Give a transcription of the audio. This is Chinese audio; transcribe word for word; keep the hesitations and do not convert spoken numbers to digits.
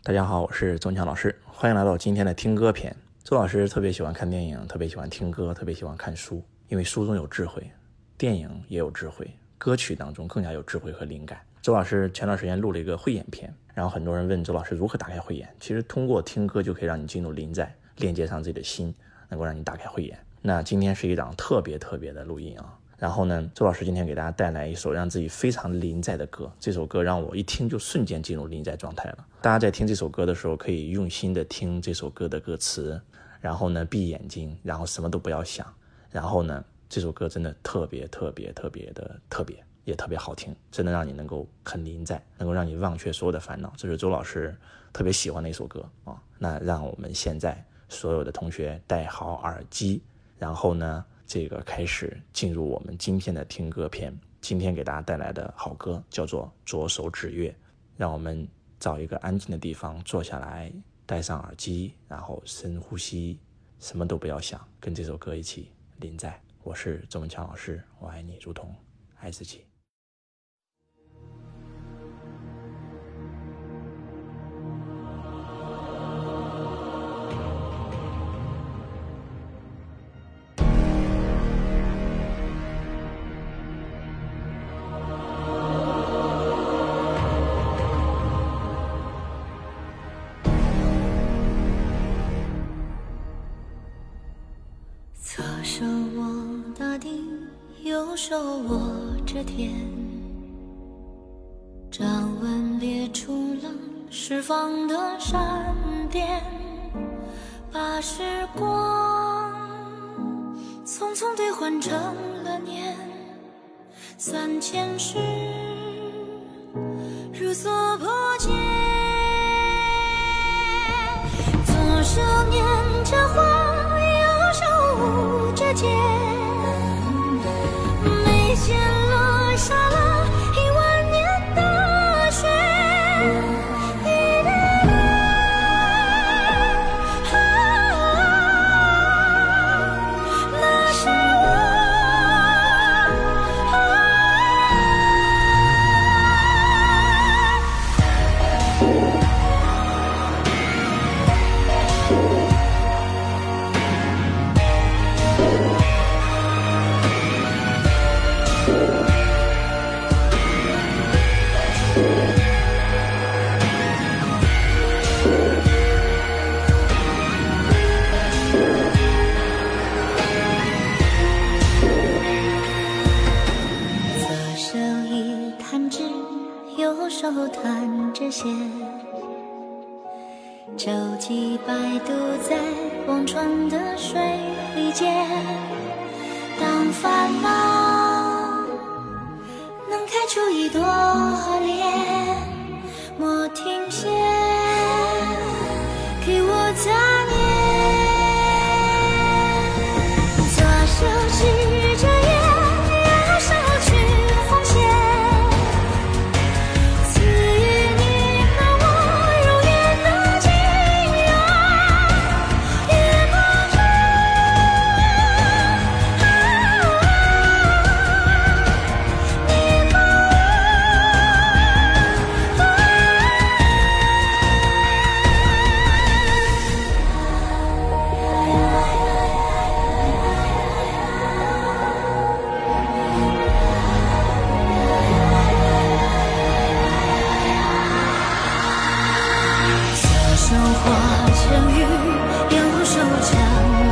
大家好，我是周强老师，欢迎来到今天的听歌篇。周老师特别喜欢看电影，特别喜欢听歌，特别喜欢看书，因为书中有智慧，电影也有智慧，歌曲当中更加有智慧和灵感。周老师前段时间录了一个慧眼篇，然后很多人问周老师如何打开慧眼，其实通过听歌就可以让你进入临在，链接上自己的心，能够让你打开慧眼。那今天是一档特别特别的录音啊。然后呢，周老师今天给大家带来一首让自己非常临在的歌，这首歌让我一听就瞬间进入临在状态了。大家在听这首歌的时候，可以用心的听这首歌的歌词，然后呢闭眼睛，然后什么都不要想，然后呢这首歌真的特别特别特别的特别，也特别好听，真的让你能够很临在，能够让你忘却所有的烦恼，这是周老师特别喜欢的一首歌啊。那让我们现在所有的同学戴好耳机，然后呢这个开始进入我们今天的听歌篇。今天给大家带来的好歌叫做左手指月，让我们找一个安静的地方坐下来，戴上耳机，然后深呼吸，什么都不要想，跟这首歌一起临在。我是周文强老师，我爱你如同爱自己。 左手握大地，右手握着天，掌纹裂出了释放的闪电，把时光匆匆兑换成了年，三千世如所破茧，左手捻着花，肩眉间落下了一万年的雪，一滴泪，那是右手弹着弦，舟楫摆渡在忘川的水间，当烦恼能开出一朵莲，莫停歇，给我杂念，左手指着月，右手去奉献，化成雨，右手将